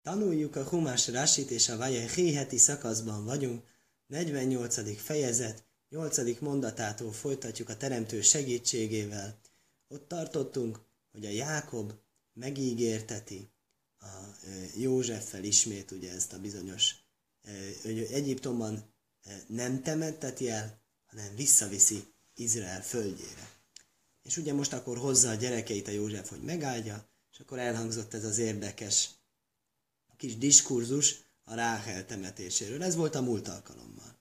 Tanuljuk a Humás Rásit és a Vajehé heti szakaszban vagyunk. 48. fejezet, 8. mondatától folytatjuk a Teremtő segítségével. Ott tartottunk, hogy a Jákob megígérteti a Józseffel ismét ugye ezt a bizonyos, hogy Egyiptomban nem temetteti el, hanem visszaviszi Izrael földjére. És ugye most akkor hozza a gyerekeit a József, hogy megáldja, és akkor elhangzott ez az érdekes kis diskurzus a Ráhel temetéséről. Ez volt a múlt alkalommal.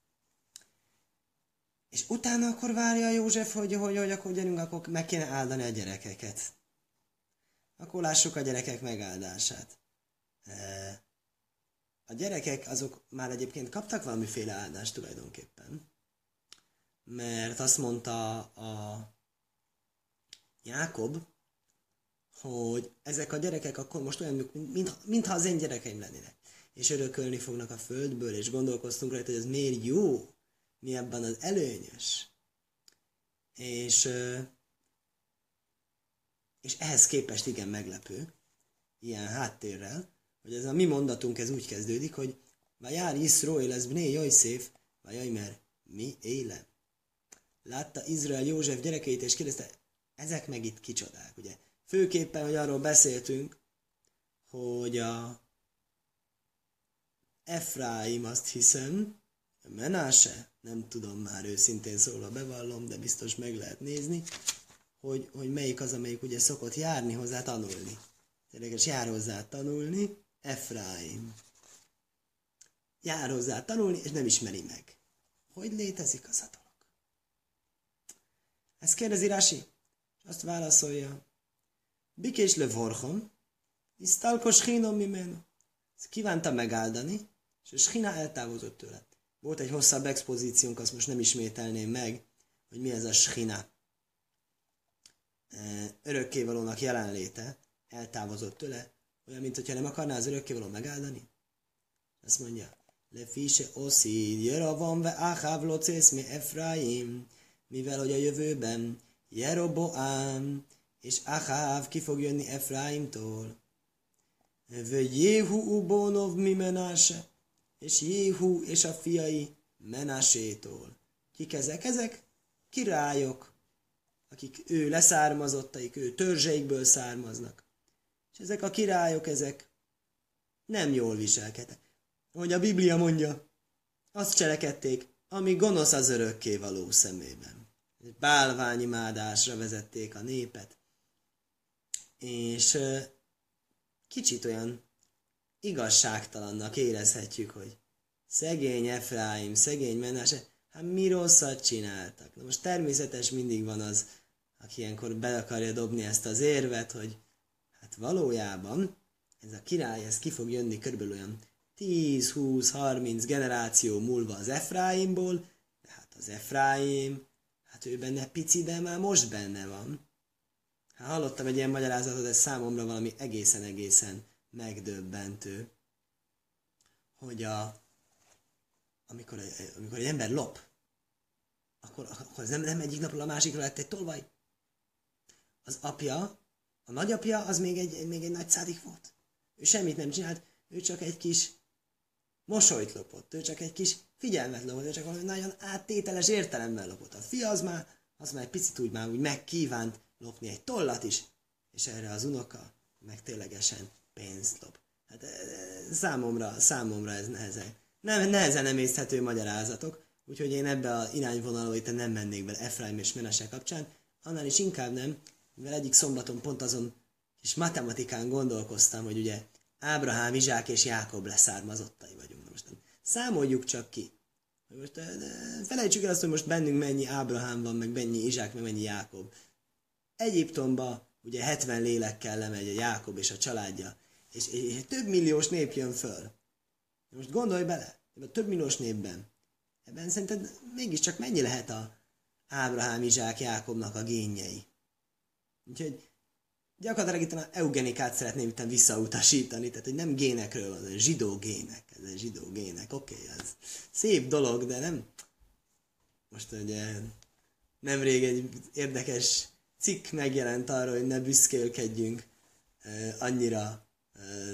És utána akkor várja a József, hogy akkor gyerünk, akkor meg kéne áldani a gyerekeket. Akkor lássuk a gyerekek megáldását. A gyerekek azok már egyébként kaptak valamiféle áldást tulajdonképpen. Mert azt mondta a Jákob, hogy ezek a gyerekek akkor most olyan, mintha az én gyerekeim lennének. És örökölni fognak a földből, és gondolkoztunk rajta, hogy ez miért jó, mi ebben az előnyös. És ehhez képest igen meglepő, ilyen háttérrel, hogy ez a mi mondatunk ez úgy kezdődik, hogy Vajár Yisroel ez bné Jojszéf, Vajajmer mi élem. Látta Izrael József gyerekeit, és kérdezte, ezek meg itt kicsodák, ugye? Főképpen, hogy arról beszéltünk, hogy a Efraim, azt hiszem, a Menáse, nem tudom már őszintén szólva bevallom, de biztos meg lehet nézni, hogy melyik az, amelyik ugye szokott járni hozzá tanulni. Érdekes, jár hozzá tanulni, Efraim. Jár hozzá tanulni, és nem ismeri meg. Hogy létezik az a dolog? Ezt kérdezi Rasi, és azt válaszolja, Bikés levorchom, isztalko shchinom mimenu. Kívánta megáldani, és a shchina eltávozott tőle. Volt egy hosszabb expozíciónk, azt most nem ismételném meg, hogy mi ez a shchina. Örökkévalónak jelenléte eltávozott tőle, olyan, mint hogyha nem akarná az örökkévaló megáldani. Azt mondja, lefise oszid, Jeravam ve Achav locész mi Efraim, mivel hogy a jövőben Jeroboám és Achav ki fog jönni Efraimtól. Ve Jéhu ubonov mi Menáse, és Jéhu és a fiai Menásétól. Kik ezek? Ezek királyok, akik ő leszármazottaik, ő törzseikből származnak. És ezek a királyok, ezek nem jól viselkednek. Ahogy a Biblia mondja, azt cselekedték, ami gonosz az örökkévaló szemében. Bálványimádásra vezették a népet. És kicsit olyan igazságtalannak érezhetjük, hogy szegény Efraim, szegény Menáse, hát mi rosszat csináltak. Na most természetes mindig van az, aki ilyenkor be akarja dobni ezt az érvet, hogy hát valójában ez a király, ez ki fog jönni körülbelül olyan 10-20-30 generáció múlva az Efraimból, de hát az Efraim, hát ő benne pici, de már most benne van. Hát hallottam egy ilyen magyarázatot, ez számomra valami egészen megdöbbentő, hogy amikor egy ember lop, akkor ez nem egyik napról a másikra lett egy tolvaj. Az apja, a nagyapja, az még egy nagy szádik volt. Ő semmit nem csinált, ő csak egy kis mosolyt lopott, ő csak egy kis figyelmet lopott, ő csak valami nagyon áttételes értelemben lopott. A fia az már egy picit úgy megkívánt lopni egy tollat is, és erre az unoka meg ténylegesen pénzt lop. Hát számomra ez nehezen emészthető magyarázatok, úgyhogy én ebbe a irányvonalba itt nem mennék bele Efraim és Menase kapcsán, annál is inkább nem, mivel egyik szombaton pont azon kis matematikán gondolkoztam, hogy ugye Ábrahám, Izsák és Jákob leszármazottai vagyunk. Most számoljuk csak ki. Most felejtsük el azt, hogy most bennünk mennyi Ábrahám van, meg mennyi Izsák, meg mennyi Jákob. Egyiptomba ugye 70 lélekkel lemegy a Jákob és a családja, és több milliós nép jön föl. Most gondolj bele, ebben a több milliós népben, ebben szerinted mégiscsak mennyi lehet a Ábrahám, Izsák, Jákobnak a génjei? Úgyhogy gyakorlatilag itt a eugenikát szeretném itt visszautasítani, tehát hogy nem génekről van, ez zsidó gének, oké, ez szép dolog, de nem. Most ugye nemrég egy érdekes cikk megjelent arra, hogy ne büszkélkedjünk annyira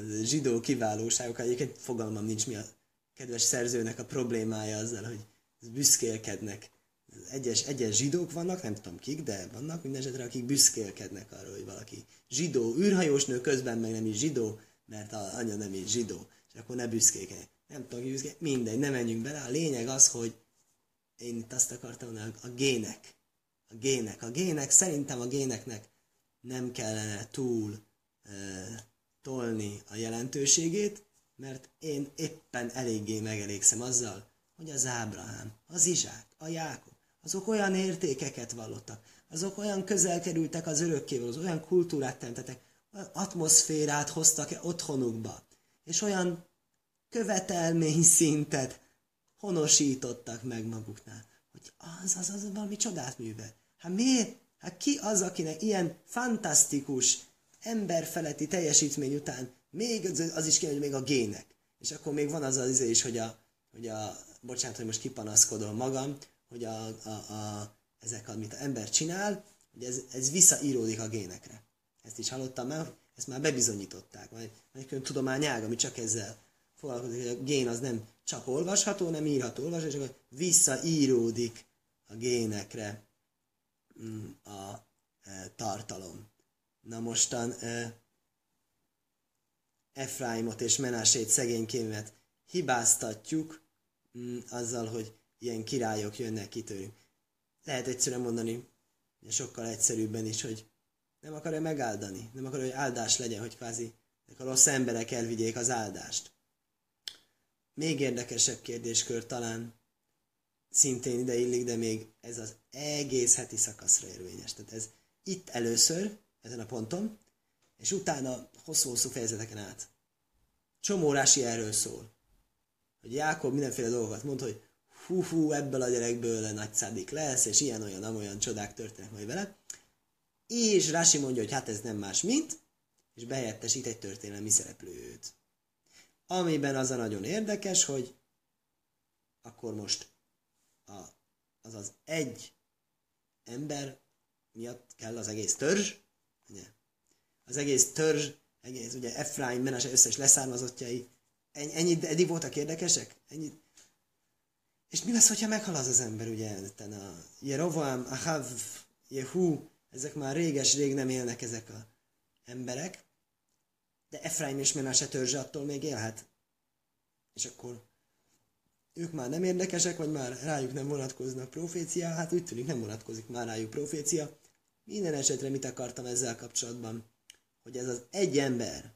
zsidó kiválóságok. Egyébként fogalmam nincs, mi a kedves szerzőnek a problémája azzal, hogy büszkélkednek. Egyes zsidók vannak, nem tudom kik, de vannak mindenesetre, akik büszkélkednek arról, hogy valaki zsidó, űrhajós nő, közben meg nem is zsidó, mert az anya nem is zsidó. És akkor ne büszkélkedj. Nem tudom, ki büszkélkedj. Mindegy, nem menjünk bele. A lényeg az, hogy én itt azt akartam mondani, a gének. Szerintem a géneknek nem kellene túl tolni a jelentőségét, mert én éppen eléggé megelégszem azzal, hogy az Ábrahám, az Izsák, a Jákob, azok olyan értékeket vallottak, azok olyan közel kerültek az örökkévalóhoz, olyan kultúrát teremtettek, olyan atmoszférát hoztak otthonukba, és olyan követelményszintet honosítottak meg maguknál, hogy az valami csodát művel. Hát miért? Hát ki az, akinek ilyen fantasztikus, emberfeletti teljesítmény után még az is kéne, hogy még a gének. És akkor még van az is, hogy bocsánat, hogy most kipanaszkodom magam, hogy ezek, amit az ember csinál, hogy ez visszaíródik a génekre. Ezt is hallottam már, ezt már bebizonyították. Van egy külön tudományág, ami csak ezzel foglalkozik, hogy a gén az nem csak olvasható, nem írható, olvasható, és akkor visszaíródik a génekre a tartalom. Na mostan Efraimot és Menásét, szegénykémet hibáztatjuk azzal, hogy ilyen királyok jönnek ki tőlünk. Lehet egyszerűen mondani, sokkal egyszerűbben is, hogy nem akarja megáldani, nem akarja, hogy áldás legyen, hogy kvázi a rossz emberek elvigyék az áldást. Még érdekesebb kérdéskör talán szintén ide illik, de még ez az egész heti szakaszra érvényes. Tehát ez itt először, ezen a ponton, és utána hosszú-hosszú fejezeteken át. Csomó rási erről szól. Hogy Jákob mindenféle dolgokat mond, hogy hú, ebből a gyerekből nagy szádik lesz, és ilyen-olyan, amolyan csodák történnek majd vele. És Rási mondja, hogy hát ez nem más, mint, és behelyettesít egy történelmi szereplőt. Amiben az a nagyon érdekes, hogy akkor most az egy ember miatt kell az egész törzs, ugye? Az egész törzs, ugye Efraim, Menase összes leszármazottjai, eddig voltak érdekesek? Ennyit. És mi lesz, hogyha meghal az ember, ugye? A Jerovam, Ahav, Jehu, ezek már réges-rég nem élnek ezek az emberek, de Efraim és Menase törzse attól még élhet. És akkor ők már nem érdekesek, vagy már rájuk nem vonatkoznak profécia, hát úgy tűnik nem vonatkozik már rájuk profécia. Minden esetre mit akartam ezzel kapcsolatban? Hogy ez az egy ember,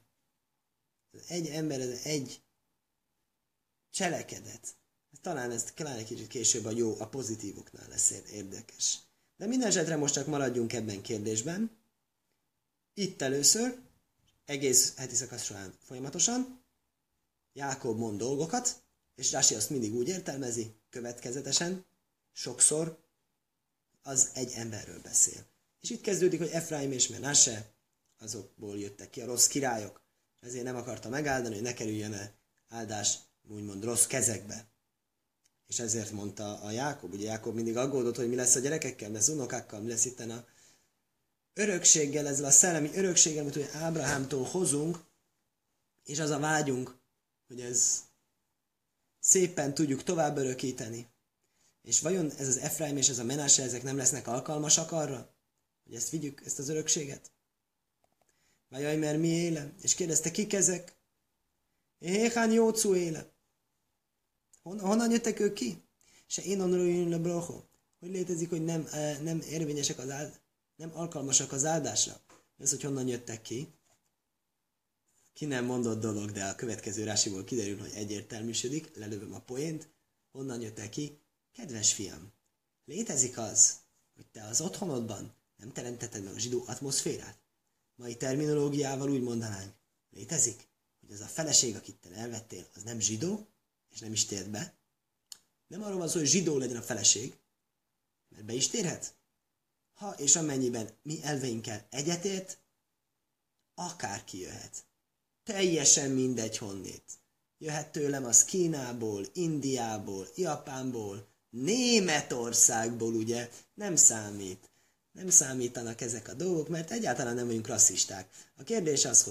ez egy cselekedet. Talán egy kicsit később a pozitívoknál lesz érdekes. De minden esetre most csak maradjunk ebben kérdésben. Itt először, egész heti szakasz során folyamatosan, Jákob mond dolgokat, és Rási azt mindig úgy értelmezi, következetesen, sokszor, az egy emberről beszél. És itt kezdődik, hogy Efraim és Menase, azokból jöttek ki a rossz királyok, ezért nem akarta megáldani, hogy ne kerüljön el áldás, úgymond rossz kezekbe. És ezért mondta a Jákob, ugye Jákob mindig aggódott, hogy mi lesz a gyerekekkel, mi lesz unokákkal, mi lesz itten a örökséggel, ezzel a szellemi örökséggel, amit ugye Ábrahámtól hozunk, és az a vágyunk, hogy ez szépen tudjuk tovább örökíteni. És vajon ez az Efraim és ez a Menase, ezek nem lesznek alkalmasak arra, hogy ezt vigyük, ezt az örökséget? Vajaj, mert mi éle? És kérdezte, kik ezek? Héhán Jócú éle. Honnan jöttek ők ki? Se én onról jön le brocho. Hogy létezik, hogy nem érvényesek nem alkalmasak az áldásra? Ez, hogy honnan jöttek ki? Ki nem mondott dolog, de a következő rásiból kiderül, hogy egyértelműsödik, lelövöm a poént. Honnan jöttek ki? Kedves fiam, létezik az, hogy te az otthonodban nem teremtetted meg a zsidó atmoszférát? Mai terminológiával úgy mondanánk, létezik, hogy az a feleség, akit te elvettél, az nem zsidó, és nem is tért be. Nem arról van szó, hogy zsidó legyen a feleség, mert be is térhet. Ha és amennyiben mi elveinkkel egyetért, akárki jöhet. Teljesen mindegy honnét. Jöhet tőlem az Kínából, Indiából, Japánból, Németországból, ugye, nem számít. Nem számítanak ezek a dolgok, mert egyáltalán nem vagyunk rasszisták. A kérdés az, hogy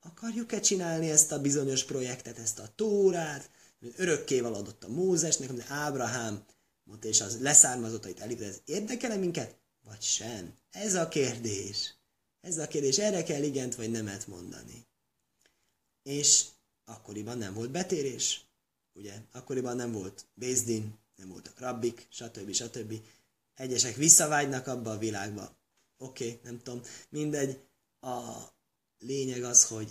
akarjuk-e csinálni ezt a bizonyos projektet, ezt a Tórát, amit örökkéval adott a Mózesnek, amit Ábrahám mondta, és az leszármazottait elített, ez érdekel-e minket, vagy sem? Ez a kérdés. Ez a kérdés, erre kell igent vagy nemet mondani. És akkoriban nem volt betérés, ugye? Akkoriban nem volt Bézdin, nem voltak rabbik, stb. Egyesek visszavágynak abba a világba. Oké, nem tudom, mindegy. A lényeg az, hogy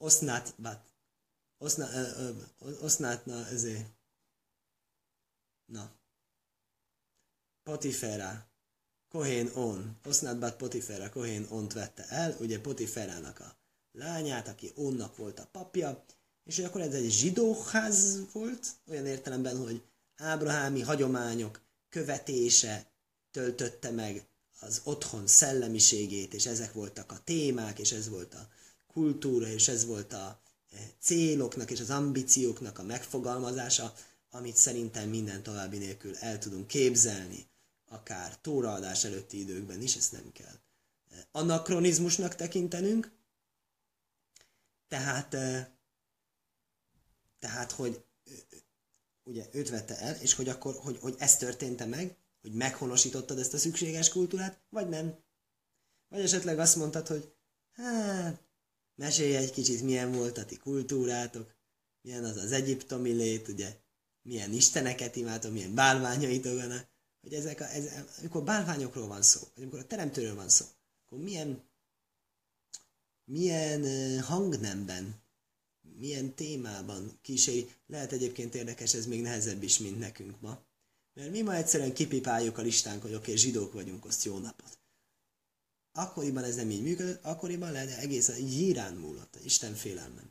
Potifera, Kohén On, Osnat bat Potifera, Kohén Ont vette el, ugye Potiferának a lányát, aki Onnak volt a papja, és akkor ez egy zsidóház volt, olyan értelemben, hogy ábrahámi hagyományok követése töltötte meg az otthon szellemiségét, és ezek voltak a témák, és ez volt a kultúra, és ez volt a céloknak és az ambícióknak a megfogalmazása, amit szerintem minden további nélkül el tudunk képzelni, akár tóraadás előtti időkben is, ezt nem kell anakronizmusnak tekintenünk, tehát hogy ugye őt vette el, és hogy akkor, hogy ez történt meg, hogy meghonosítottad ezt a szükséges kultúrát, vagy nem. Vagy esetleg azt mondtad, hogy hát, mesélj egy kicsit, milyen volt a ti kultúrátok, milyen az az egyiptomi lét, ugye, milyen isteneket imádtok, milyen bálványaitok van, hogy amikor bálványokról van szó, vagy amikor a teremtőről van szó, akkor milyen hangnemben, milyen témában kíséri. Lehet egyébként érdekes, ez még nehezebb is, mint nekünk ma. Mert mi ma egyszerűen kipipáljuk a listánk, hogy oké, zsidók vagyunk, azt jó napot. Akkoriban ez nem így működött, akkoriban lehet egészen nyírán múlott, Isten félelmen.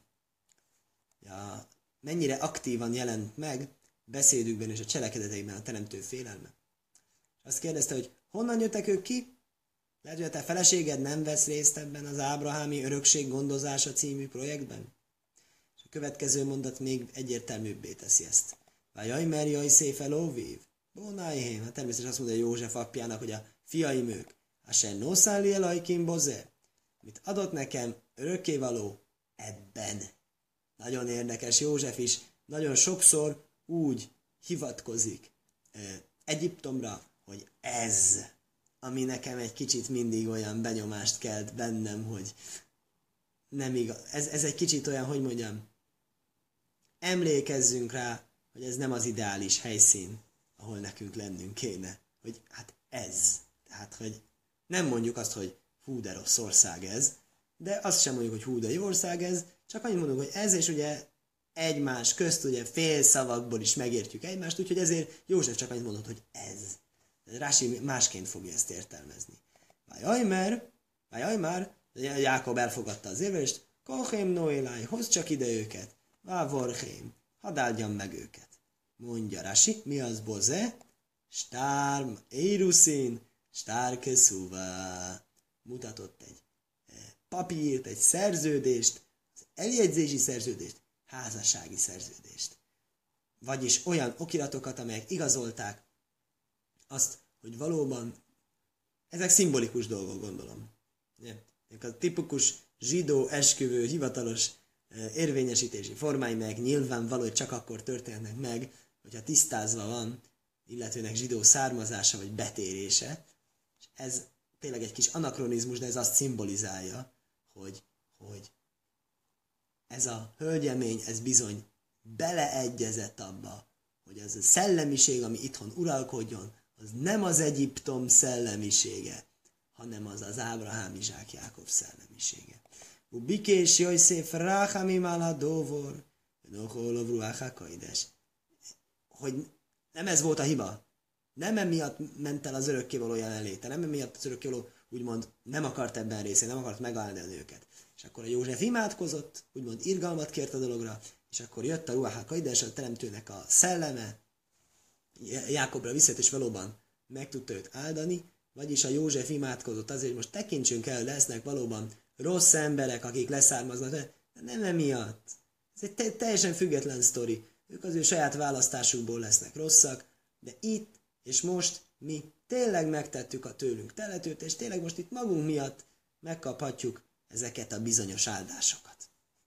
Ja, mennyire aktívan jelent meg beszédükben és a cselekedeteikben a teremtő félelme. Azt kérdezte, hogy honnan jöttek ők ki? Lehet, hogy a te feleséged nem vesz részt ebben az ábrahámi örökség gondozása című projektben? És a következő mondat még egyértelműbbé teszi ezt. Vajaj, mert jaj, széfe lóvív. Bónájhém. Hát természetesen azt mondja József apjának, hogy a fiaim ők. Asen nószáli elajkim boze. Mit adott nekem örökkévaló ebben. Nagyon érdekes, József is nagyon sokszor úgy hivatkozik Egyiptomra, hogy ez, ami nekem egy kicsit mindig olyan benyomást kelt bennem, hogy nem igaz. Ez egy kicsit olyan, hogy mondjam, emlékezzünk rá, hogy ez nem az ideális helyszín, ahol nekünk lennünk kéne. Hogy hát ez. Tehát, hogy nem mondjuk azt, hogy hú, de rossz ország ez, de azt sem mondjuk, hogy hú, de jó ország ez, csak annyit mondunk, hogy ez, és ugye egymás közt, ugye fél szavakból is megértjük egymást, úgyhogy ezért József csak annyit mondott, hogy ez. Rási másként fogja ezt értelmezni. Vájaj már, Jákob elfogadta az érvelést, Kochém Noéláj, hozd csak ide őket, Vávorchém, hadd áldjam meg őket. Mondja Rási, mi az boze? Stárm, Éruszin, Stárkeszúvá. Mutatott egy papírt, egy szerződést, az eljegyzési szerződést, házassági szerződést. Vagyis olyan okiratokat, amelyek igazolták azt, hogy valóban ezek szimbolikus dolgok, gondolom. A tipikus zsidó esküvő hivatalos érvényesítési formái, melyek nyilvánvaló, hogy csak akkor történnek meg, hogyha tisztázva van illetőnek zsidó származása vagy betérése. És ez tényleg egy kis anakronizmus, de ez azt szimbolizálja, hogy ez a hölgyemény, ez bizony beleegyezett abba, hogy az a szellemiség, ami itthon uralkodjon, az nem az Egyiptom szellemisége, hanem az az Ábrahám, Izsák, Jákob szellemisége. Ubikés Jojszéf ráhamim ala dóvor, hogy nem ez volt a hiba. Nem emiatt ment el az örökkévaló jelenléte, nem emiatt az örökkévaló úgymond nem akart ebben részén, nem akart megállni a nőket. És akkor a József imádkozott, úgymond irgalmat kért a dologra, és akkor jött a Ruach HaKodesh, a teremtőnek a szelleme, Jákobra visszat, és valóban meg tudta őt áldani, vagyis a József imádkozott azért, hogy most tekintsünk el, lesznek valóban rossz emberek, akik leszármaznak, de nem emiatt. Ez egy teljesen független sztori. Ők az ő saját választásukból lesznek rosszak, de itt és most mi tényleg megtettük a tőlünk teletőt, és tényleg most itt magunk miatt megkaphatjuk ezeket a bizonyos áldásokat.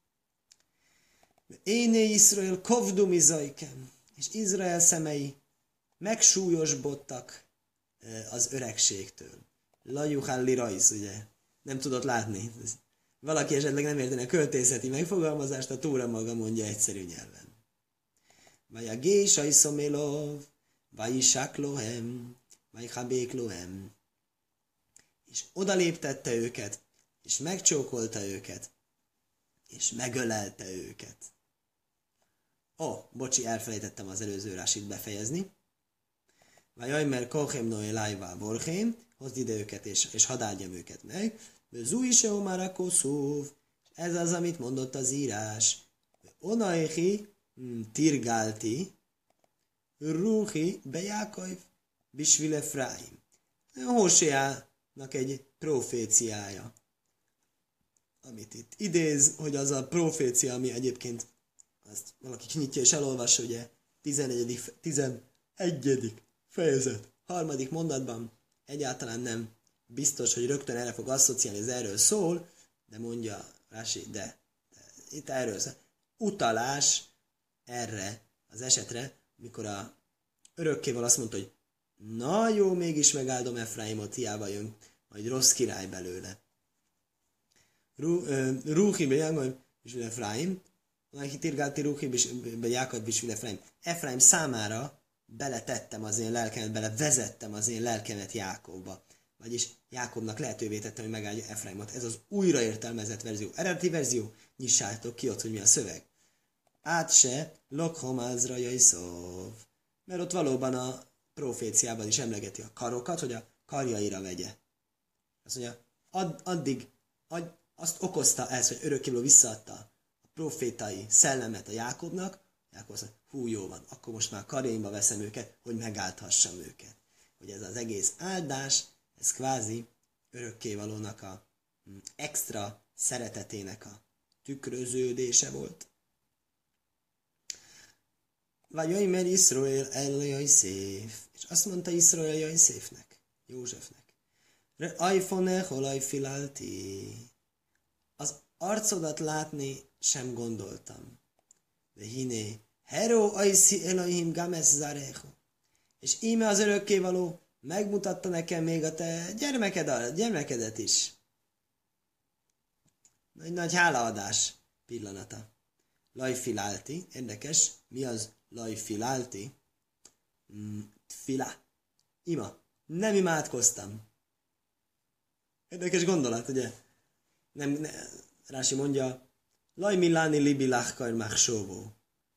Éné Iszrael kovdum izaikem, és Izrael szemei megsúlyosbodtak az öregségtől. Lajuhalli rajz, ugye? Nem tudott látni. Valaki esetleg nem értene a költészeti megfogalmazást, a Tóra maga mondja egyszerű nyelven. Vagy a gésai szomélov, vagy isák lohem, vagy habék lohem. És odaléptette őket, és megcsókolta őket, és megölelte őket. Bocsi, elfelejtettem az előző rásit befejezni. Vagy ajmer kochem noé lájvá vorchém, hozd ide őket, és hadd áldjam őket meg. Zúj se omar koszúv, ez az, amit mondott az írás. Onaichi tirgálti, ruhi bejákajv, bisvil Efraim. Hóseának egy proféciája, amit itt idéz, hogy az a profécia, ami egyébként azt valaki kinyitja és elolvassa, ugye 11. fejezet, 3. mondatban egyáltalán nem biztos, hogy rögtön erre fog asszociálni, ez erről szól, de mondja Rási, de itt erről szól. Utalás erre az esetre, mikor a örökkéval azt mondta, hogy na jó, mégis megáldom Efraimot, hiába jön majd rossz király belőle. Rúhi bejákaj bisvil Efraim, Onaichi tirgálti Rúhi bejákaj bisvil Efraim. Efraim számára beletettem az én lelkemet, belevezettem az én lelkemet Jákobba. Vagyis Jákobnak lehetővé tettem, hogy megáldja Efraimot. Ez az újraértelmezett verzió. Eredeti verzió, nyissátok ki ott, hogy mi a szöveg. Átse lokhom azra jajszov. Mert ott valóban a proféciában is emlegeti a karokat, hogy a karjaira vegye. Azt mondja, azt okozta ez, hogy örökkévaló visszaadta a profétai szellemet a Jákobnak. Jákob azt mondja, hú, jó van, akkor most már karjaimba veszem őket, hogy megáldhassam őket. Hogy ez az egész áldás, ez kvázi örökkévalónak a extra szeretetének a tükröződése volt. Vagy jaj, mert Iszrael el szép. És azt mondta Iszrael szépnek, Józsefnek. Ajfonech olaj filalti. Az arcodat látni sem gondoltam. De hiné, hero ajszi Elohim games zarecho. És íme az örökkévaló megmutatta nekem még a te gyermekedet is. Nagy hálaadás pillanata. Lajfilálti, érdekes, mi az lajfilálti? Tfila. Ima. Nem imádkoztam. Érdekes gondolat, ugye? Rási mondja, laj milláni libi lachkar machsóvó.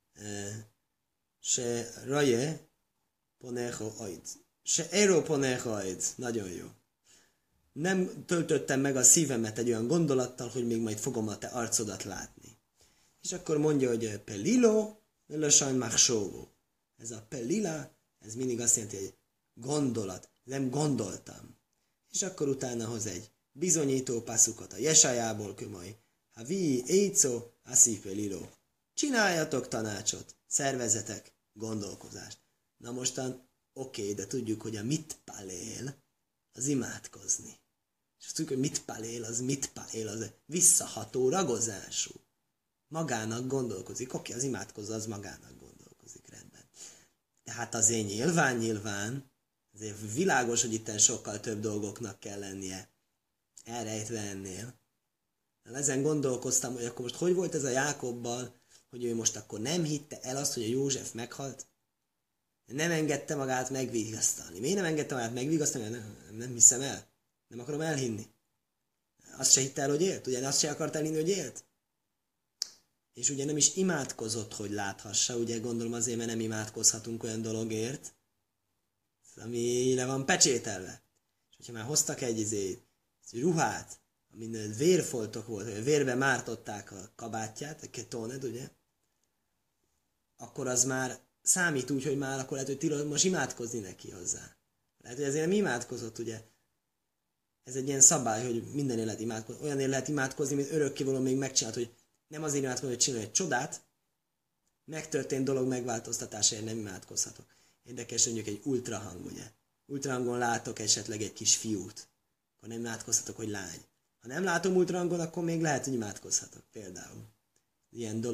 Se raje ponecho ajd. Se ero ponecho ajd. Nagyon jó. Nem töltöttem meg a szívemet egy olyan gondolattal, hogy még majd fogom a te arcodat látni. És akkor mondja, hogy pelilo, lösajn machsóvó. Ez a pelila, ez mindig azt jelenti, hogy gondolat. Nem gondoltam. És akkor utána hoz egy bizonyító passzukot a Jesajából kömaj. Ha vi éjcó, aszi pelilo. Csináljatok tanácsot, szervezetek gondolkozást. Na mostan, oké, de tudjuk, hogy a mitpalél az imádkozni. És azt tudjuk, hogy mitpalél az visszaható ragozású. Magának gondolkozik. Oké, az imádkozó, az magának gondolkozik, rendben. Tehát azért nyilván, azért világos, hogy itten sokkal több dolgoknak kell lennie. Elrejtve ennél. Ezen gondolkoztam, hogy akkor most hogy volt ez a Jákobbal, hogy ő most akkor nem hitte el azt, hogy a József meghalt? Nem engedte magát megvigasztalni. Miért nem engedte magát megvigasztalni? Nem hiszem el. Nem akarom elhinni. Azt se hitte el, hogy élt? Ugye azt se akart elhinni, hogy élt? És ugye nem is imádkozott, hogy láthassa. Ugye gondolom azért, mert nem imádkozhatunk olyan dologért, ami le van pecsételve. És hogyha már hoztak egy ruhát, amin vérfoltok volt, vérbe mártották a kabátját, a ketóned, ugye? Akkor az már számít úgy, hogy már akkor lehet, hogy tilos most imádkozni neki hozzá. Lehet, hogy ezért nem imádkozott, ugye? Ez egy ilyen szabály, hogy mindenért lehet imádkozni. Olyanért lehet imádkozni, mint örökkévaló még megcsinált, hogy nem azért imádkozni, hogy csinálj egy csodát, megtörtént dolog megváltoztatásáért nem imádkozhatok. Érdekes, mondjuk egy ultrahang, ugye? Ultrahangon látok esetleg egy kis fiút, akkor nem imádkozhatok, hogy lány. Ha nem látom ultrahangon, akkor még lehet, hogy imádkozhatok, például. Ilyen dolog.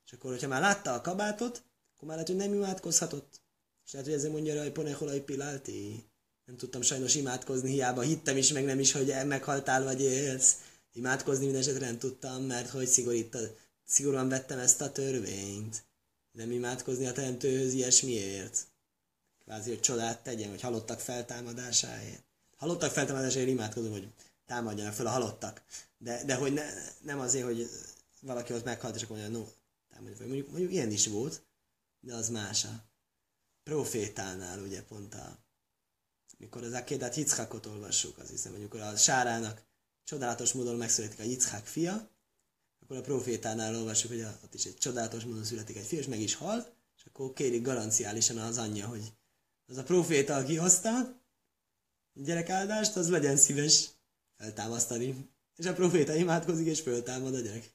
És akkor, hogyha már látta a kabátot, akkor már lehet, hogy nem imádkozhatott. És lehet, hogy ezzel mondja, hogy ponecholai pilálti. Nem tudtam sajnos imádkozni, hiába hittem is, meg nem is, hogy meghaltál vagy élsz. Imádkozni minden esetre nem tudtam, mert hogy szigorúan vettem ezt a törvényt. Nem imádkozni a teremtőhöz ilyesmiért. Kvázi, hogy csodát tegyen, hogy halottak feltámadásáért. Halottak feltámadásáért imádkozom, hogy támadjanak fel a halottak. De hogy nem azért, hogy valaki ott meghalt, és akkor mondja, no, támadja fel. Mondjuk ilyen is volt, de az más a profétánál, ugye pont mikor az Akédát Yitzchakot olvassuk, azt hiszem, hogy amikor a Sárának csodálatos módon megszületik a Yitzchak fia, akkor a profétánál olvassuk, hogy ott is egy csodálatos módon születik egy fia, és meg is hal, és akkor kérik garanciálisan az anyja, hogy az a proféta, aki hozta gyerekáldást, az legyen szíves feltámasztani. És a proféta imádkozik, és föltámad a gyerek.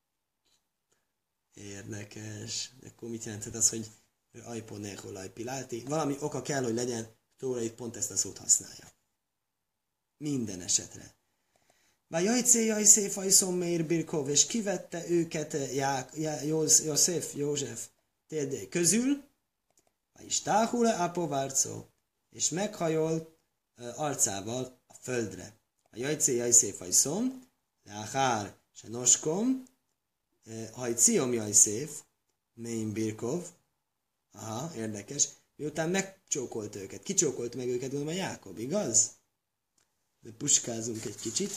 Érdekes. Akkor mit jelenthet az, hogy ajponecholaj pilálti? Valami oka kell, hogy legyen, Tóra itt pont ezt a szót használja. Minden esetre. Vajajcé jajszé fajszom Meir Birkov, és kivette őket József térdei közül, és táhule apovárcó, és meghajol arcával a földre. A jajcé jajszé fajszom, leachár se noskom, hajciom jajszéf, Meir Birkov, aha, érdekes, miután megcsókolt őket. Kicsókolt meg őket, gondolom a Jákob, igaz? De puskázunk egy kicsit.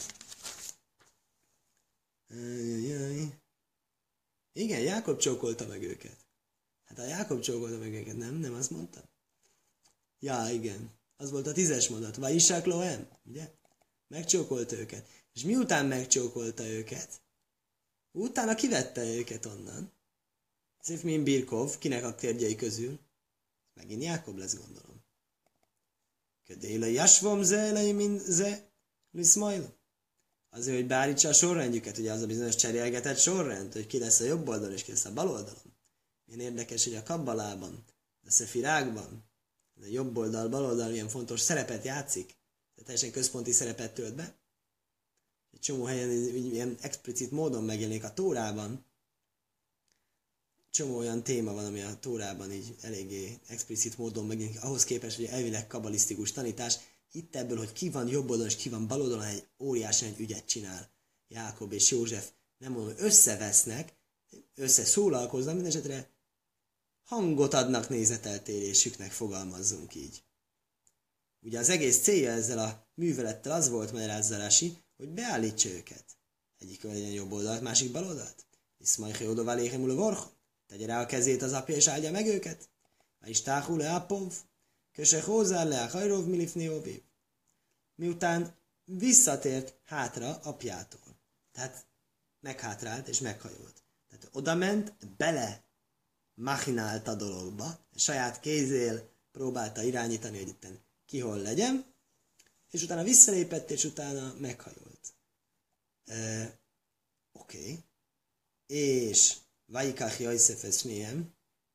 Igen, Jákob csókolta meg őket. Hát a Jákob csókolta meg őket, nem azt mondta? Ja, igen. Az volt a 10-es mondat. Vajisák lohem, ugye? Megcsókolt őket. És miután megcsókolta őket, utána kivette őket onnan. Szép mint Birkov, kinek a térdyei közül. Megint Jákob lesz, gondolom. Kedéle jasvom zelei min ze liszmajl. Azért, hogy beállítsa a sorrendjüket, ugye az a bizonyos cserélgetett sorrend, hogy ki lesz a jobb oldalon és ki lesz a bal oldalon. Milyen érdekes, hogy a kabbalában, a szefirákban, a jobb oldal, bal oldal milyen fontos szerepet játszik, de teljesen központi szerepet tölt be. Egy csomó helyen ilyen explicit módon megjelenik a Tórában. Csomó olyan téma van, ami a Tórában így eléggé explicit módon megjelenik, ahhoz képest, hogy elvileg kabbalisztikus tanítás. Itt ebből, hogy ki van jobb oldalon és ki van bal oldalon, egy óriási egy ügyet csinál Jákob és József. Nem mondom, hogy összevesznek, összeszólalkoznak, mindesetre hangot adnak nézeteltérésüknek, fogalmazzunk így. Ugye az egész célja ezzel a művelettel az volt, magyarázza Rási, hogy beállítsa őket. Egyik legyen jobb oldalt, másik bal oldalt. Iszmajhe oda léhemul a vorch. Tegye rá a kezét az apja, és áldja meg őket. Ha is táhul le apov, köse hozzá le a hajrov milifni óvév. Miután visszatért hátra apjától. Tehát meghátrált és meghajolt. Tehát odament, bele machinált a dologba, saját kézél próbálta irányítani, hogy itten ki hol legyen, és utána visszalépett, és utána meghajolt. Oké. És Vajikach Jajszef Esnéhem.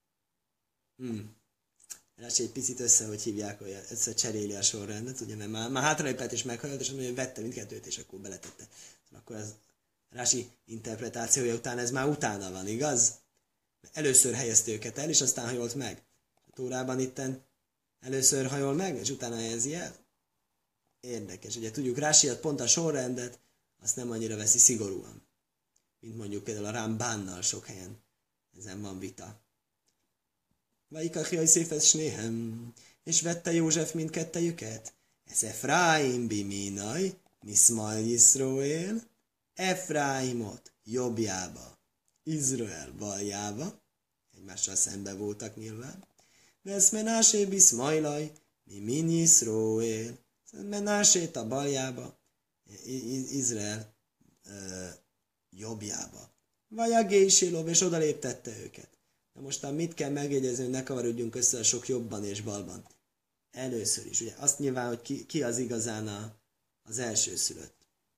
Rási egy picit hogy hívják, hogy összecseréli a sorrendet, ugye, mert már hátralépett és meghajolt, és azt mondja, hogy vette mindkettőt, és akkor beletette. Akkor az Rási interpretációja után ez már utána van, igaz? Először helyezte őket el, és aztán hajolt meg. A Tórában itten először hajol meg, és utána helyezi el. Érdekes. Ugye tudjuk, Rási pont a sorrendet, azt nem annyira veszi szigorúan. Mint mondjuk például a Rambánnal sok helyen. Ezen van vita. Vajikach Jajszéfes Snéhem, és vette József mindkettejüket. Ez Efraim biminaj, Miszmaj Yisroel, Efraimot jobbjába, Izrael baljába, egymással szembe voltak nyilván. Vesz Menásé biszmajlaj, Mimin Yisroel, Menásét a baljába, Izrael jobbjába. Vajagésilov, és odaléptette őket. Na mostan mit kell megjegyezni, hogy ne kavarodjunk össze a sok jobban és balban? Először is, ugye azt nyilván, hogy ki az igazán az elsőszülött.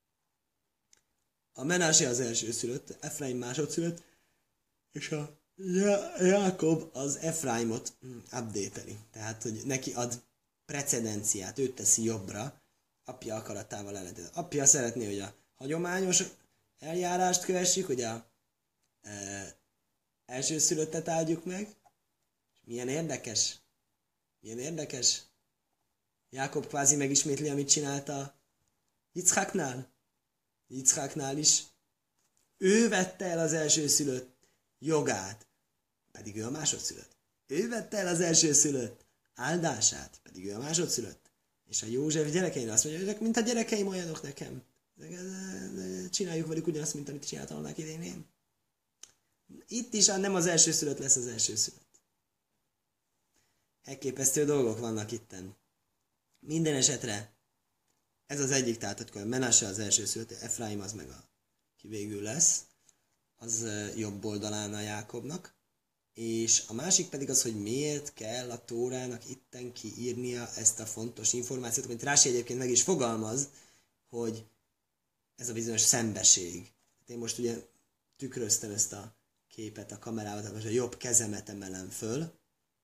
A Menásé az elsőszülött, Efraim másodszülött, és a Jákob az Efraimot update-eli. Tehát, hogy neki ad precedenciát, őt teszi jobbra, apja akaratával ellentétben. Apja szeretné, hogy a hagyományos eljárást kövessük, hogy a elsőszülöttet áldjuk meg. Milyen érdekes. Milyen érdekes. Jákob kvázi megismétli, amit csinálta Yitzháknál. Yitzháknál is. Ő vette el az elsőszülött jogát, pedig ő a másodszülött. Ő vette el az elsőszülött áldását, pedig ő a másodszülött. És a József gyerekeire azt mondja, hogy mint a gyerekeim olyanok nekem. Csináljuk velük ugyanazt, mint amit csináltam annak idején én. Itt is nem az elsőszülött lesz az elsőszülött. Elképesztő dolgok vannak itten. Minden esetre ez az egyik, tehát hogy Menase az elsőszülött, Efraim az meg a ki végül lesz, az jobb oldalán a Jákobnak, és a másik pedig az, hogy miért kell a Tórának itten kiírnia ezt a fontos információt, amit Rási egyébként meg is fogalmaz, hogy ez a bizonyos szembeség. Én most ugye tükröztem ezt a képet a kamerával, tehát most a jobb kezemet emelem föl,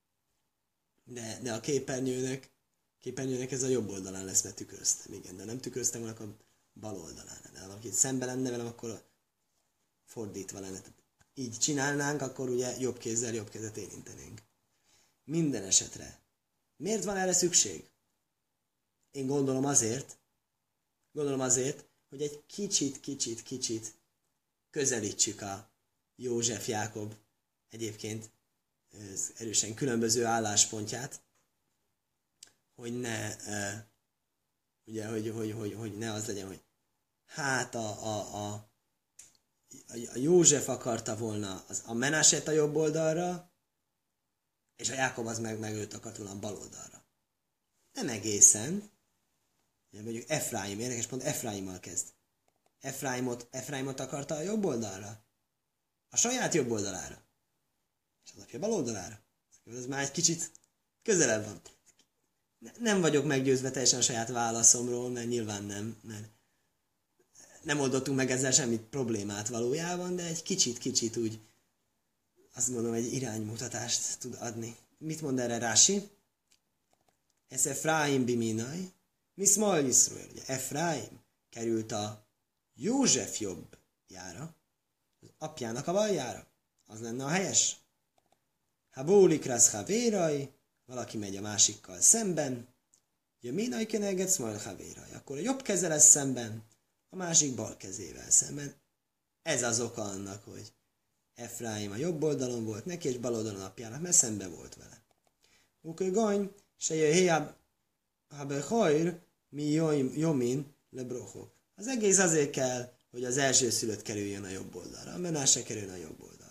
de a képernyőnek ez a jobb oldalán lesz, mert tükröztem, igen, de nem tükröztem, akkor a bal oldalán. De ha valaki szemben lenne velem, akkor fordítva lenne. Így csinálnánk, akkor ugye jobb kézzel jobb kezet érintenénk. Minden esetre. Miért van erre szükség? Én gondolom azért, hogy egy kicsit közelítsük a József-Jákob egyébként erősen különböző álláspontját, hogy ne ugye, hogy ne az legyen, hogy hát a József akarta volna a Menaset a jobb oldalra, és a Jákob az meg őt akart volna a bal oldalra. Nem egészen. Ugye mondjuk Efraim, érdekes pont Efraimmal kezd. Efraimot akarta a jobb oldalra. A saját jobb oldalára. És az apja bal oldalára. Ez már egy kicsit közelebb van. Nem vagyok meggyőzve teljesen a saját válaszomról, mert nyilván nem, mert nem oldottunk meg ezzel semmit problémát valójában, de egy kicsit úgy azt gondolom, egy iránymutatást tud adni. Mit mond erre Rási? Ez Efraim biminai, mi Szmal Yisrael. Ugye Efraim került a József jobbjára, az apjának a baljára. Az lenne a helyes. Ha bólik rász havérai, valaki megy a másikkal szemben, ugye minai keneget Szmal havérai, akkor a jobb keze lesz szemben, a másik bal kezével szemben. Ez az oka annak, hogy Efraim a jobb oldalon volt neki, és bal oldalon apjának, mert szembe volt vele. Ukőgany, se jöjjél habechajr, mi jomin lebrochó. Az egész azért kell, hogy az első szülött kerüljön a jobb oldalra, a Menase kerüljön a jobb oldalra.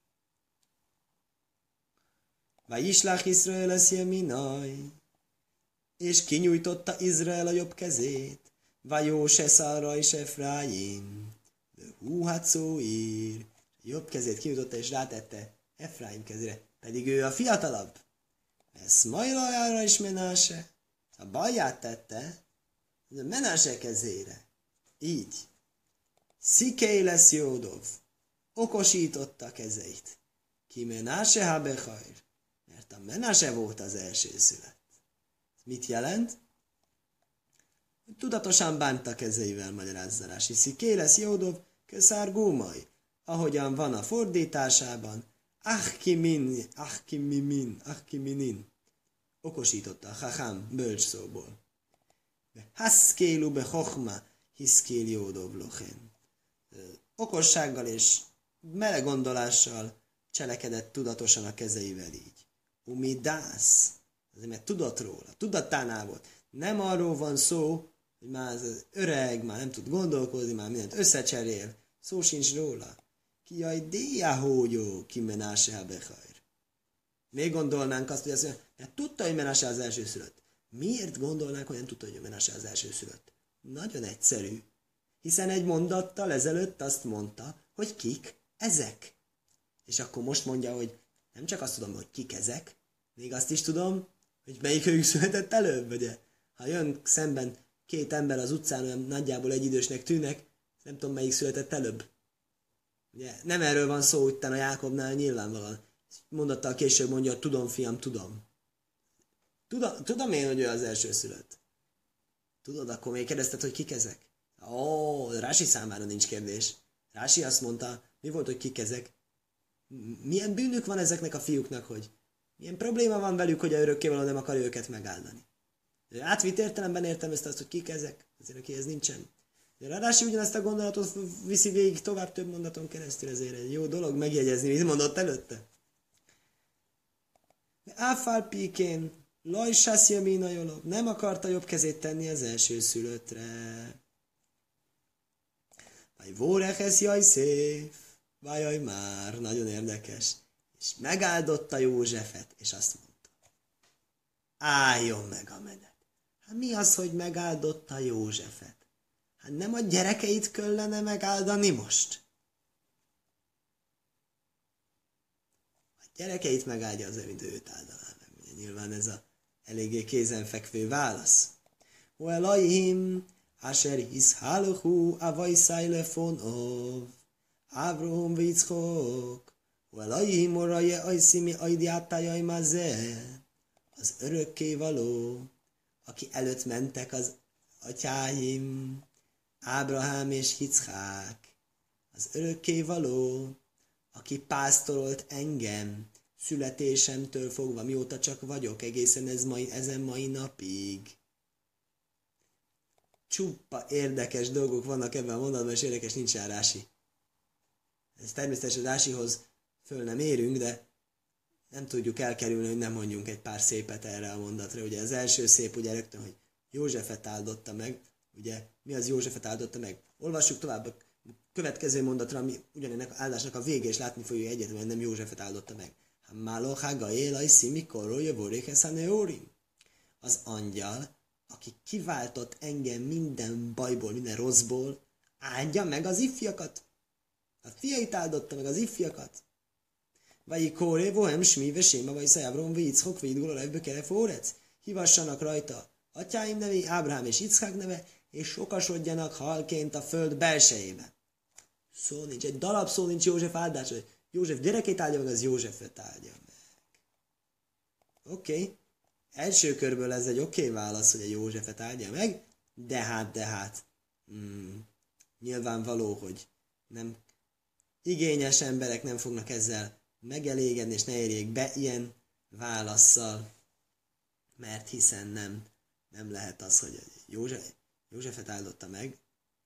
Vajislach Izrael lesz jeminaj, és kinyújtotta Izrael a jobb kezét, Vajós szarra is Efraim, de húhatszóír, jobb kezét kinyújtotta és rátette Efraim kezére, pedig ő a fiatalabb. Ez Majlajára is Menase, a balját tette, a Menase kezére. Így. Szikei lesz Jódov, okosította kezeit. Ki Menase habechajr, mert a Menase volt az első szület. Mit jelent? Tudatosan bánta kezeivel, magyarázza Rási. Szikei lesz Jódov, köszár gómaj. Ahogyan van a fordításában, achkiminin. Okosította a chachám bölcs szóból. Haszkélu be chochma, hiszkél Jódov lochen. Okossággal és meleg gondolással cselekedett tudatosan a kezeivel így. Umidász, azért mert tudott róla, tudatánál volt. Nem arról van szó, hogy már az öreg, már nem tud gondolkozni, már mindent összecserél. Szó sincs róla. Ki jaj, déjahógyó, ki Menase habechajr. Még gondolnánk azt, hogy azt mondja, mert tudta, hogy Menase az elsőszülött. Miért gondolnánk, hogy nem tudta, hogy Menase az elsőszülött? Nagyon egyszerű. Hiszen egy mondattal ezelőtt azt mondta, hogy kik ezek. És akkor most mondja, hogy nem csak azt tudom, hogy kik ezek, még azt is tudom, hogy melyik ők született előbb, ugye? Ha jön szemben két ember az utcán, olyan nagyjából egyidősnek tűnnek, nem tudom, melyik született előbb. Ugye, nem erről van szó, hogy a Jákobnál nyilvánvalóan. Mondattal később mondja, tudom, fiam, tudom. Tudom én, hogy ő az elsőszülött. Tudod, akkor még kérdezted, hogy kik ezek? Rási számára nincs kérdés. Rási azt mondta, mi volt, hogy kik ezek? milyen bűnük van ezeknek a fiúknak, hogy milyen probléma van velük, hogy a örökkévaló nem akarja őket megáldani. Átvitt értelemben értelmezte azt, hogy kik ezek, azért akihez nincsen. De Rádási ugyanezt a gondolatot viszi végig tovább több mondaton keresztül, ezért egy jó dolog megjegyezni, mit mondott előtte. Áfál píkén, lajsász jamina jolov, nem akarta jobb kezét tenni az első szülöttre. Vaj vórehez jaj szép, vajaj már, nagyon érdekes. És megáldotta Józsefet, és azt mondta, álljon meg a menet. Hát mi az, hogy megáldotta Józsefet? Hát nem a gyerekeit kellene megáldani most? A gyerekeit megáldja az, mint őt áldaná meg. Ugye, nyilván ez a eléggé kézenfekvő válasz. O Elohim, asher hiszhálhu avajszáj lefonov, Avraham Yitzchok, o Elohim oraje ajszimi ajdiátájaj mazé, az örökkévaló, aki előtt mentek az atyáim, Ábrahám és Yitzchák, az örökkévaló, aki pásztorolt engem születésemtől fogva, mióta csak vagyok, egészen ezen mai napig. Csupa érdekes dolgok vannak ebben a mondatban, és érdekes nincs rá Rási. Ez természetesen Rásihoz föl nem érünk, de nem tudjuk elkerülni, hogy nem mondjunk egy pár szépet erre a mondatra. Ugye az első szép, ugye rögtön, hogy Józsefet áldotta meg. Ugye mi az Józsefet áldotta meg? Olvassuk tovább a következő mondatra, ami ugyanennek az áldásnak a vége, és látni fogjuk egyetemen, nem Józsefet áldotta meg. Az angyal, aki kiváltott engem minden bajból, minden rosszból, áldja meg az ifjakat. A fiait áldotta meg az ifjakat. Vagy kóré, vohem, smive, séma, vagy szájábron, Yitzchok, védgól, lejbbe, kerefórec. Hívassanak rajta atyáim nevé, Ábrahám és Yitzchák neve, és sokasodjanak halként a föld belsejébe. Szó nincs, egy darab szó nincs József áldás, hogy József gyerekét áldja meg, az Józsefet áldja meg. Oké. Első körből ez egy oké válasz, hogy a Józsefet áldja meg, de hát, nyilvánvaló, hogy nem igényes emberek nem fognak ezzel megelégedni, és ne érjék be ilyen válasszal, mert hiszen nem lehet az, hogy Józsefet áldotta meg,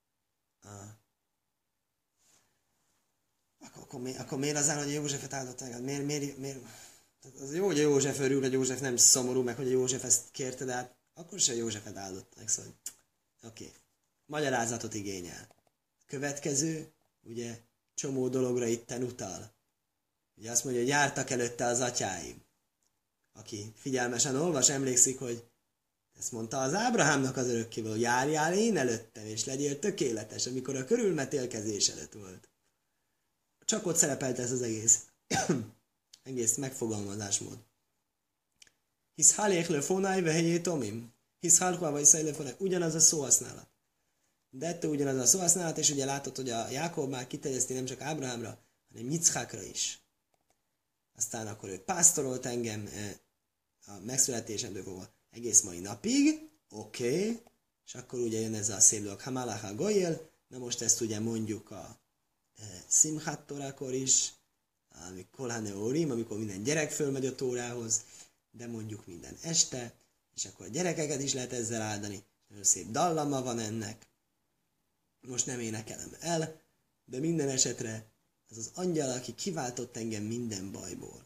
akkor miért az áll, hogy Józsefet áldotta meg? Miért? Az jó, hogy a József örül, hogy József nem szomorú, meg hogy a József ezt kérte, de hát akkor se Józsefet áldotta meg, szóval oké. Magyarázatot igényel. Következő, ugye, csomó dologra itten utal. Ugye azt mondja, hogy jártak előtte az atyáim. Aki figyelmesen olvas, emlékszik, hogy ezt mondta az Ábrahámnak az örökkévaló, járjál én előttem, és legyél tökéletes, amikor a körülmetélkezés előtt volt. Csak ott szerepelt ez az egész megfogalmazásmód. Hisz halék lefonáj vehelyé tomim. Hisz halkva vagy szejlefonáj. Ugyanaz a szóhasználat. De ettől ugyanaz a szóhasználat, és ugye látod, hogy a Jákob már kiterjeszti nem csak Ábrahámra, hanem Yitzhákra is. Aztán akkor ő pásztorolt engem a megszületésemtől fogva egész mai napig, oké. És akkor ugye jön ez a szép dolog, Hamalacha Goyel, na most ezt ugye mondjuk a Simchat Torakor is, Kolhane Orim, amikor minden gyerek fölmegy a Tórához, de mondjuk minden este, és akkor a gyerekeket is lehet ezzel áldani. Nagyon szép dallama van ennek. Most nem énekelem el, de minden esetre az angyal, aki kiváltott engem minden bajból.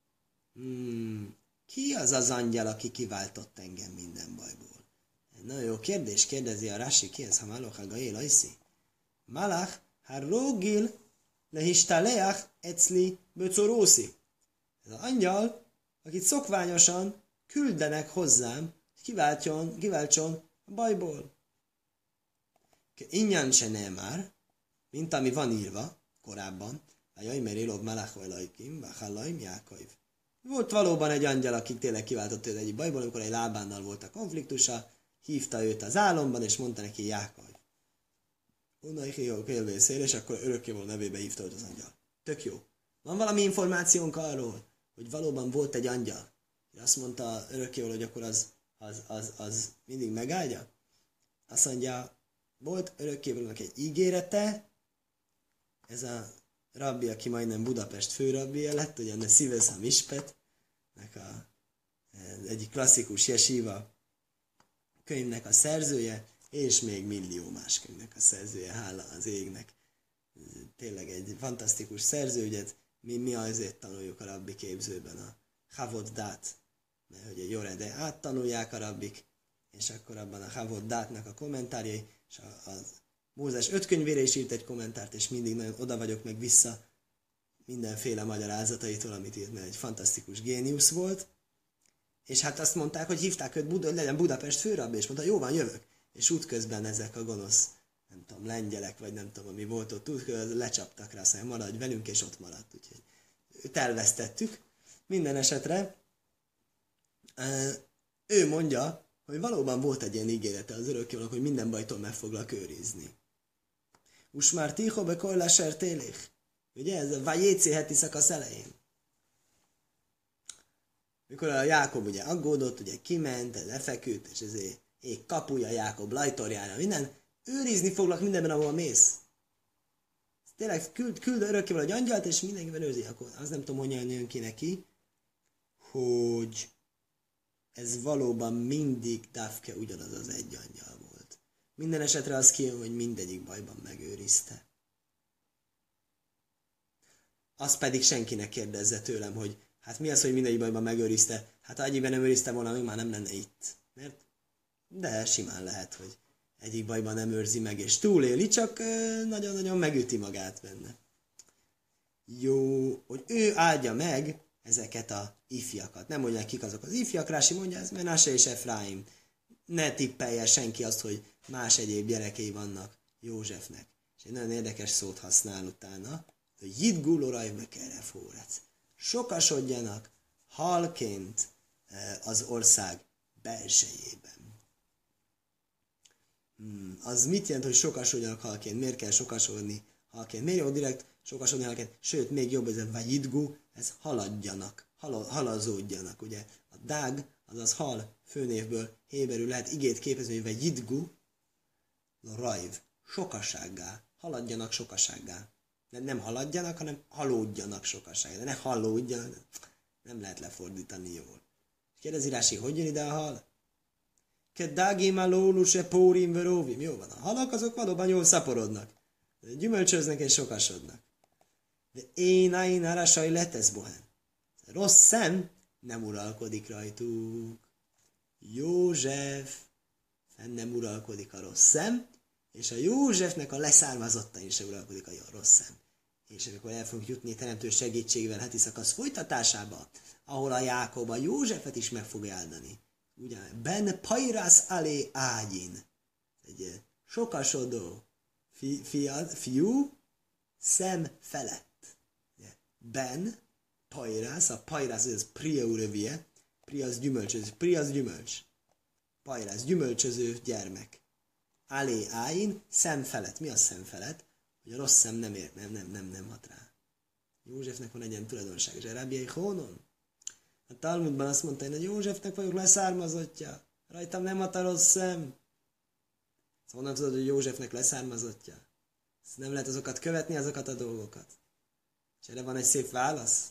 Ki az az angyal, aki kiváltott engem minden bajból? Nagyon jó kérdés, kérdezi a Rashi, ki ez, ha Malach Hagael Aiszi? Malach Harrogil lehistaleach ecli böcorószi. Ez az angyal, akit szokványosan küldenek hozzám, kiváltson a bajból. Ingyen se nem már, mint ami van írva korábban, a Jajmerélov Malach Velajkim, Vachallaim Jákaiv. Volt valóban egy angyal, aki tényleg kiváltott őt egyik bajból, amikor egy Lábánnal volt a konfliktusa, hívta őt az álomban, és mondta neki Jákaiv. És akkor örökkévaló nevébe hívta őt az angyal. Tök jó. Van valami információnk arról, hogy valóban volt egy angyal? Azt mondta örökkévaló, hogy akkor az mindig megáldja? Azt mondja, volt örökkévalónak egy ígérete, ez a rabbi, aki majdnem Budapest főrabbija lett, ugye a Szivesz Hamispet, egyik klasszikus jesíva könyvnek a szerzője, és még millió más könyvnek a szerzője, hála az égnek. Tényleg egy fantasztikus szerző, ugye mi azért tanuljuk a rabbi képzőben a Havod Dát, mert hogy a Jorede áttanulják a rabbik, és akkor abban a Havod Dátnak a kommentárjai, és az Mózes 5 könyvére is írt egy kommentárt, és mindig nagyon oda vagyok meg vissza mindenféle magyarázataitól, amit írt, mert egy fantasztikus géniusz volt. És hát azt mondták, hogy hívták őt, hogy legyen Budapest főrabbi, és mondta, jó van, jövök. És útközben ezek a gonosz, nem tudom, lengyelek, vagy nem tudom, ami volt ott, útközben lecsaptak rá, azt mondja, maradj velünk, és ott maradt. Úgyhogy őt elvesztettük. Minden esetre ő mondja, hogy valóban volt egy ilyen ígérete az örökkévalónak, hogy minden bajtól meg foglak őrizni. Usmár ticho be koiláser télék. Ugye ez a Vajéci heti szakasz elején. Mikor a Jákob ugye aggódott, ugye kiment, lefeküdt, és ezért ég kapuja Jákob lajtorjára, minden, őrizni foglak mindenben, ahol mész. Tényleg küld örökkévaló egy angyalt, és mindenkiben őrzi. Akkor az nem tudom, hogyan jön ki neki, hogy ez valóban mindig Dafke ugyanaz az egy angyal volt. Minden esetre az kijön, hogy mindegyik bajban megőrizte. Azt pedig senkinek kérdezze tőlem, hogy hát mi az, hogy mindegyik bajban megőrizte? Hát ha egyikben nem őrizte volna, még már nem lenne itt. Mert? De simán lehet, hogy egyik bajban nem őrzi meg, és túléli, csak nagyon-nagyon megüti magát benne. Jó, hogy ő áldja meg ezeket a ifjakat. Nem mondják, kik azok az ifjak, Rási mondja, ez Menase és Efraim. Ne tippelje senki azt, hogy más egyéb gyerekei vannak Józsefnek. És egy nagyon érdekes szót használ utána, hogy Jidgul orajbe kerefórec. Sokasodjanak halként az ország belsejében. Az mit jelent, hogy sokasodjanak halként? Miért kell sokasodni halként? Miért jó direkt sokasodni halként? Sőt, még jobb, ez a vajidgu, ez haladjanak, halazódjanak, ugye? A dág, azaz hal főnévből héberül lehet igét képezni, hogy vajidgu, rajv, sokasággá, haladjanak sokasággá. Nem haladjanak, hanem halódjanak sokasággá. De ne halódjanak, nem lehet lefordítani jól. Kérdezi Rási, hogy jön ide a hal? Keddágim a lóluse pórim veróvim. Jó van, a halak azok valóban jól szaporodnak. Gyümölcsöznek és sokasodnak. De én arasai letesz bohán. Rossz szem nem uralkodik rajtuk. József fenn nem uralkodik a rossz szem, és a Józsefnek a leszármazottain se uralkodik a rossz szem. És amikor el fogunk jutni teremtő segítségével heti szakasz folytatásába, ahol a Jákob a Józsefet is meg fogja áldani. Ugye, ben pajrász alé ágyin. Egy sokasodó fiú szem felett. Ben pajrász, a pajrász ez priaurövie, pri az gyümölcs. Pajrász, gyümölcsöző gyermek. Alé ágyin, szem felett. Mi a szem felett? Hogy a rossz szem nem hat rá. Józsefnek van egy ilyen tulajdonság. Zserábiai hónon. A Talmudban azt mondta, hogy Józsefnek vagyok leszármazottja. Rajtam nem hat a rossz szem. Honnan tudod, hogy Józsefnek leszármazottja? Nem lehet azokat követni, azokat a dolgokat. És erre van egy szép válasz.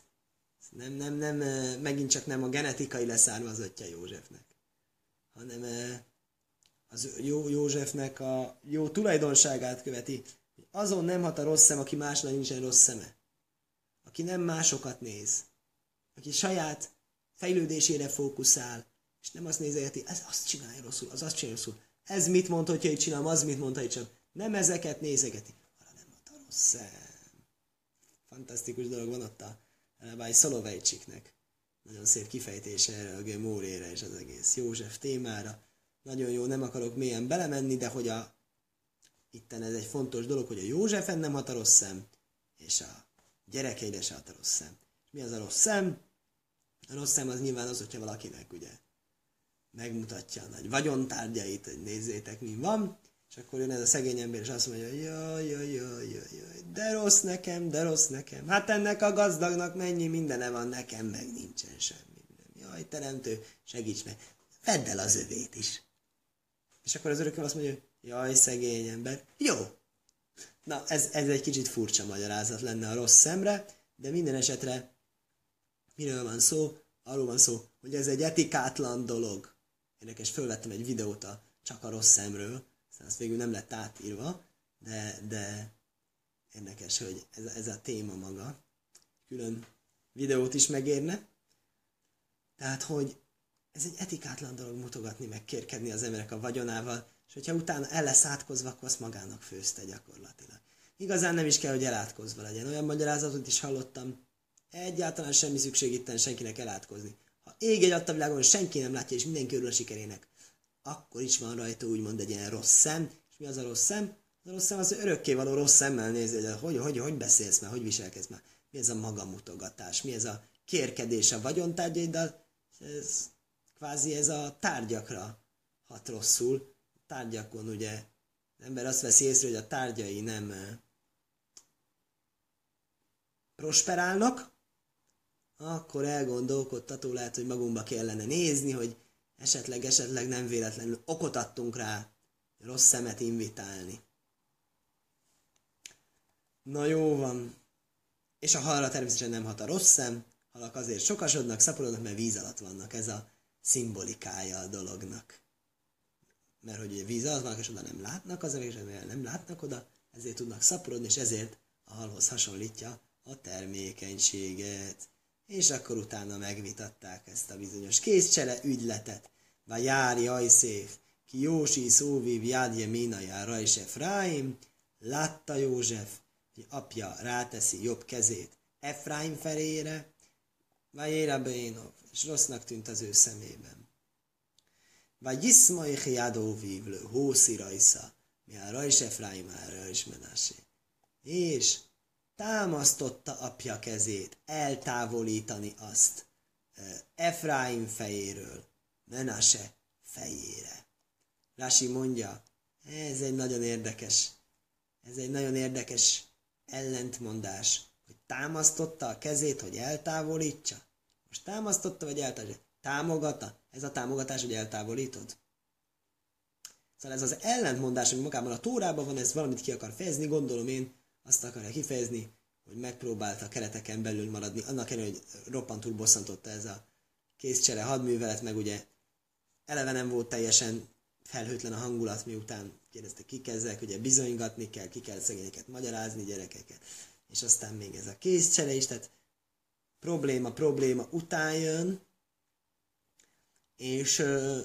Megint csak nem a genetikai leszármazottja Józsefnek, hanem az Józsefnek a jó tulajdonságát követi. Azon nem hat a rossz szem, aki másnak nincsen rossz szeme. Aki nem másokat néz. Aki saját fejlődésére fókuszál, és nem azt nézegeti, ez azt csinálja rosszul, az azt csinálja rosszul. Ez mit mondta, hogyha így csinálom, az mit mondta, hogy csinálom. Nem ezeket nézegeti. Arra nem hat a rossz szem. Fantasztikus dolog van ott a Rabbi Szolovejcsiknek. Nagyon szép kifejtése erre a Gemórére és az egész József témára. Nagyon jó, nem akarok mélyen belemenni, de hogy itten ez egy fontos dolog, hogy a Józsefen nem hat a rossz szem, és a gyerekeire se hat a rossz szem. És mi az a rossz szem? A rossz szem az nyilván az, hogyha valakinek ugye megmutatja a nagy vagyontárgyait, hogy nézzétek, mi van, és akkor jön ez a szegény ember, és azt mondja, jaj, de rossz nekem. Hát ennek a gazdagnak mennyi mindene van, nekem meg nincsen semmi. Jaj, teremtő, segíts meg. Vedd el az övét is. És akkor az örököm azt mondja, jaj, szegény ember, jó. Na, ez egy kicsit furcsa magyarázat lenne a rossz szemre, de minden esetre miről van szó? Arról van szó, hogy ez egy etikátlan dolog. Érdekes, fölvettem egy videót csak a rossz szemről, aztán azt végül nem lett átírva, de érdekes, hogy ez a téma maga. Külön videót is megérne. Tehát, hogy ez egy etikátlan dolog mutogatni, meg kérkedni az emberek a vagyonával, és hogyha utána el lesz átkozva, akkor azt magának főzte gyakorlatilag. Igazán nem is kell, hogy elátkozva legyen. Olyan magyarázatot is hallottam, egyáltalán semmi szükség itten senkinek elátkozni. Ha ég egy adta világon, senki nem látja, és mindenki örül a sikerének, akkor is van rajta úgymond egy ilyen rossz szem. És mi az a rossz szem? Az a rossz szem az, hogy örökkévaló rossz szemmel nézi, hogy hogy beszélsz már, hogy viselkedsz már. Mi ez a magamutogatás, mi ez a kérkedés a vagyontárgyaiddal, ez kvázi ez a tárgyakra hat rosszul. A tárgyakon ugye az ember azt veszi észre, hogy a tárgyai nem prosperálnak, akkor elgondolkodtató lehet, hogy magunkba kellene nézni, hogy esetleg nem véletlenül okot adtunk rá rossz szemet invitálni. Na jó van. És a halra természetesen nem hat a rossz szem, halak azért sokasodnak, szaporodnak, mert víz alatt vannak. Ez a szimbolikája a dolognak. Mert hogy ugye víz alatt vannak, és oda nem látnak az emberek, és nem látnak oda, ezért tudnak szaporodni, és ezért a halhoz hasonlítja a termékenységet. És akkor utána megvitatták ezt a bizonyos kézcsere ügyletet. Vajár Jajszéf, ki Jósi Szóviv Jádje Mínajára és Efraim, látta József, hogy apja ráteszi jobb kezét Efraim felére, Vajéra Bénov, és rossznak tűnt az ő szemében. Vagy Iszmaich Jadóvívlő, Hószi Rajsza, miára is Efraimára is Menasé. És támasztotta apja kezét eltávolítani azt Efraim fejéről Menase fejére. Rási mondja, ez egy nagyon érdekes ellentmondás, hogy támasztotta a kezét, hogy eltávolítsa. Most támasztotta, vagy eltávolítsa? Támogatta? Ez a támogatás, hogy eltávolítod? Szóval ez az ellentmondás, ami magában a Tórában van, ez valamit ki akar fejezni, gondolom én, azt akarja kifejezni, hogy megpróbálta a kereteken belül maradni, annak ellenére, hogy roppantul bosszantotta ez a kézcsere hadművelet, meg ugye eleve nem volt teljesen felhőtlen a hangulat, miután kérdezte, kik ezek, ugye bizonygatni kell, ki kell szegényeket magyarázni, gyerekeket, és aztán még ez a kézcsere is, tehát probléma után jön, és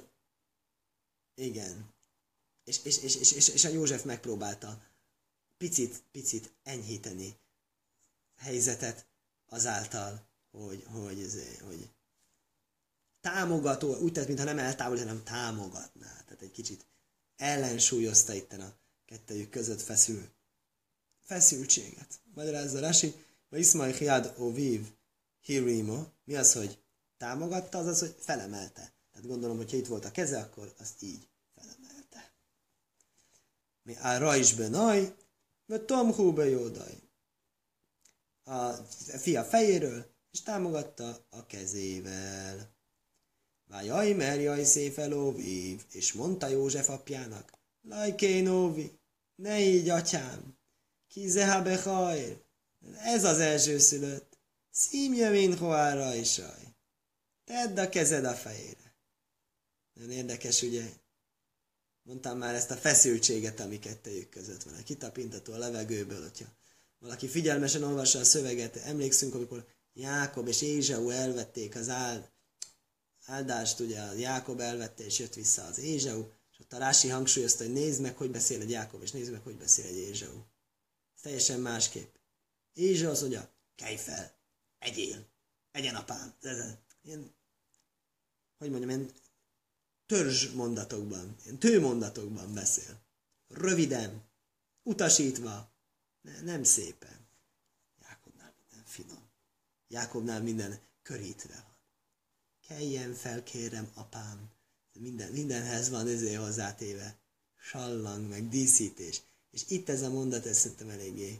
igen, és a József megpróbálta picit enyhíteni a helyzetet azáltal, hogy támogató, úgy tett, mintha nem eltávolít, hanem támogatná. Tehát egy kicsit ellensúlyozta itten a kettejük között feszültséget. Magyarázza Rashi, vagy Iszmaich Jad Oviv Hirimo, mi az, hogy támogatta, az, hogy felemelte. Tehát gondolom, hogyha itt volt a keze, akkor azt így felemelte. Mi a rajsbe naj, vagy Tomhú bejódaj. A fia fejéről, és támogatta a kezével. Vájaj, merjaj széfel óvív, és mondta József apjának, lajkén óvi, ne így, atyám, ki zehabe hajr, ez az elsőszülött, szímje min hoára is aj, tedd a kezed a fejére. Nagyon érdekes, ugye, mondtam már ezt a feszültséget, ami kettejük között van, egy kitapintató a levegőből, hogyha valaki figyelmesen olvassa a szöveget, emlékszünk, amikor Jákob és Ézsau elvették az áldást, ugye a Jákob elvette, és jött vissza az Ézsau, és ott a Rási hangsúlyozta, hogy nézd meg, hogy beszél egy Jákob, és nézd meg, hogy beszél egy Ézsau. Ez teljesen másképp. Ézsau azt mondja, kelj fel, egyen apám. Ilyen, hogy mondjam, ilyen törzs mondatokban, ilyen tőmondatokban beszél. Röviden, utasítva, nem szépen. Jákobnál minden finom. Jákobnál minden körítve van. Keljen fel, kérem, apám. Mindenhez van ezért hozzátéve. Sallang, meg díszítés. És itt ez a mondat, ez szerintem eléggé.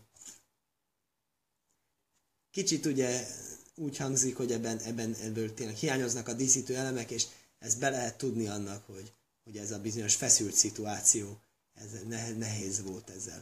Kicsit ugye úgy hangzik, hogy ebből tényleg hiányoznak a díszítő elemek, és ezt be lehet tudni annak, hogy ez a bizonyos feszült szituáció, ez nehéz volt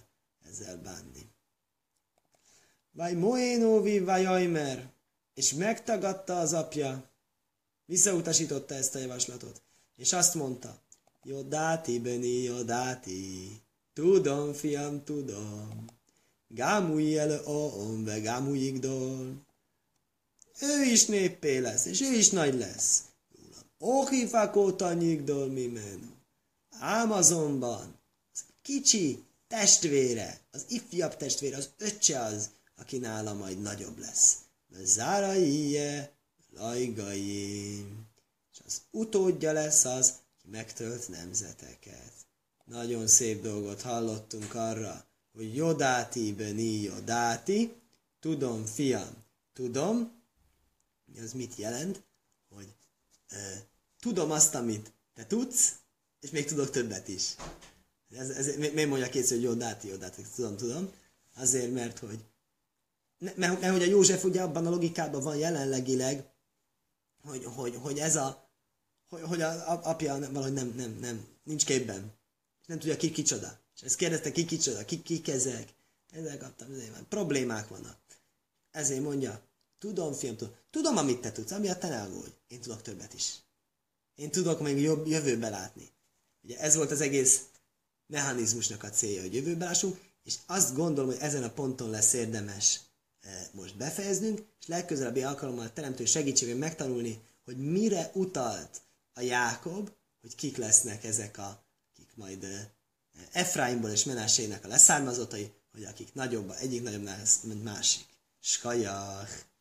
ezzel bánni. Vaj Moénovi Vajajmer, és megtagadta az apja, visszautasította ezt a javaslatot, és azt mondta, Jodáti, Beni, Jodáti, tudom, fiam, tudom, Gámúj el oom, ve Gámúj igdol. Ő is néppé lesz, és ő is nagy lesz. Ohifakóta nyigdol mimenu. Ám azonban az kicsi testvére, az ifjabb testvére, az öccse az, aki nála majd nagyobb lesz. Záraie, lajgaim. És az utódja lesz az, aki megtölt nemzeteket. Nagyon szép dolgot hallottunk arra, hogy Jodáti beni Jodáti, tudom, fiam, tudom, az mit jelent, hogy tudom azt, amit te tudsz, és még tudok többet is. Miért mondja kétszer, hogy Jodáti, Jodáti, tudom. Azért, mert hogy a József ugye abban a logikában van jelenlegileg, hogy ez hogy a apja valahogy nem, nincs képben. És nem tudja kicsoda. És ezt kérdezte, kicsoda, kik ezek. Ezzel kaptam, problémák vannak. Ezért mondja, tudom, fiam, tudom, amit te tudsz, amiatt te ne aggódj. Én tudok többet is. Én tudok még jobb jövőbe látni. Ugye ez volt az egész mechanizmusnak a célja, hogy jövőbe lássunk, és azt gondolom, hogy ezen a ponton lesz érdemes most befejeznünk, és legközelebbi alkalommal teremtő segítségével megtanulni, hogy mire utalt a Jákob, hogy kik lesznek ezek akik majd Efraimból és Menássének a leszármazottai, hogy akik nagyobb, egyik nagyobb, mint másik. Skajach!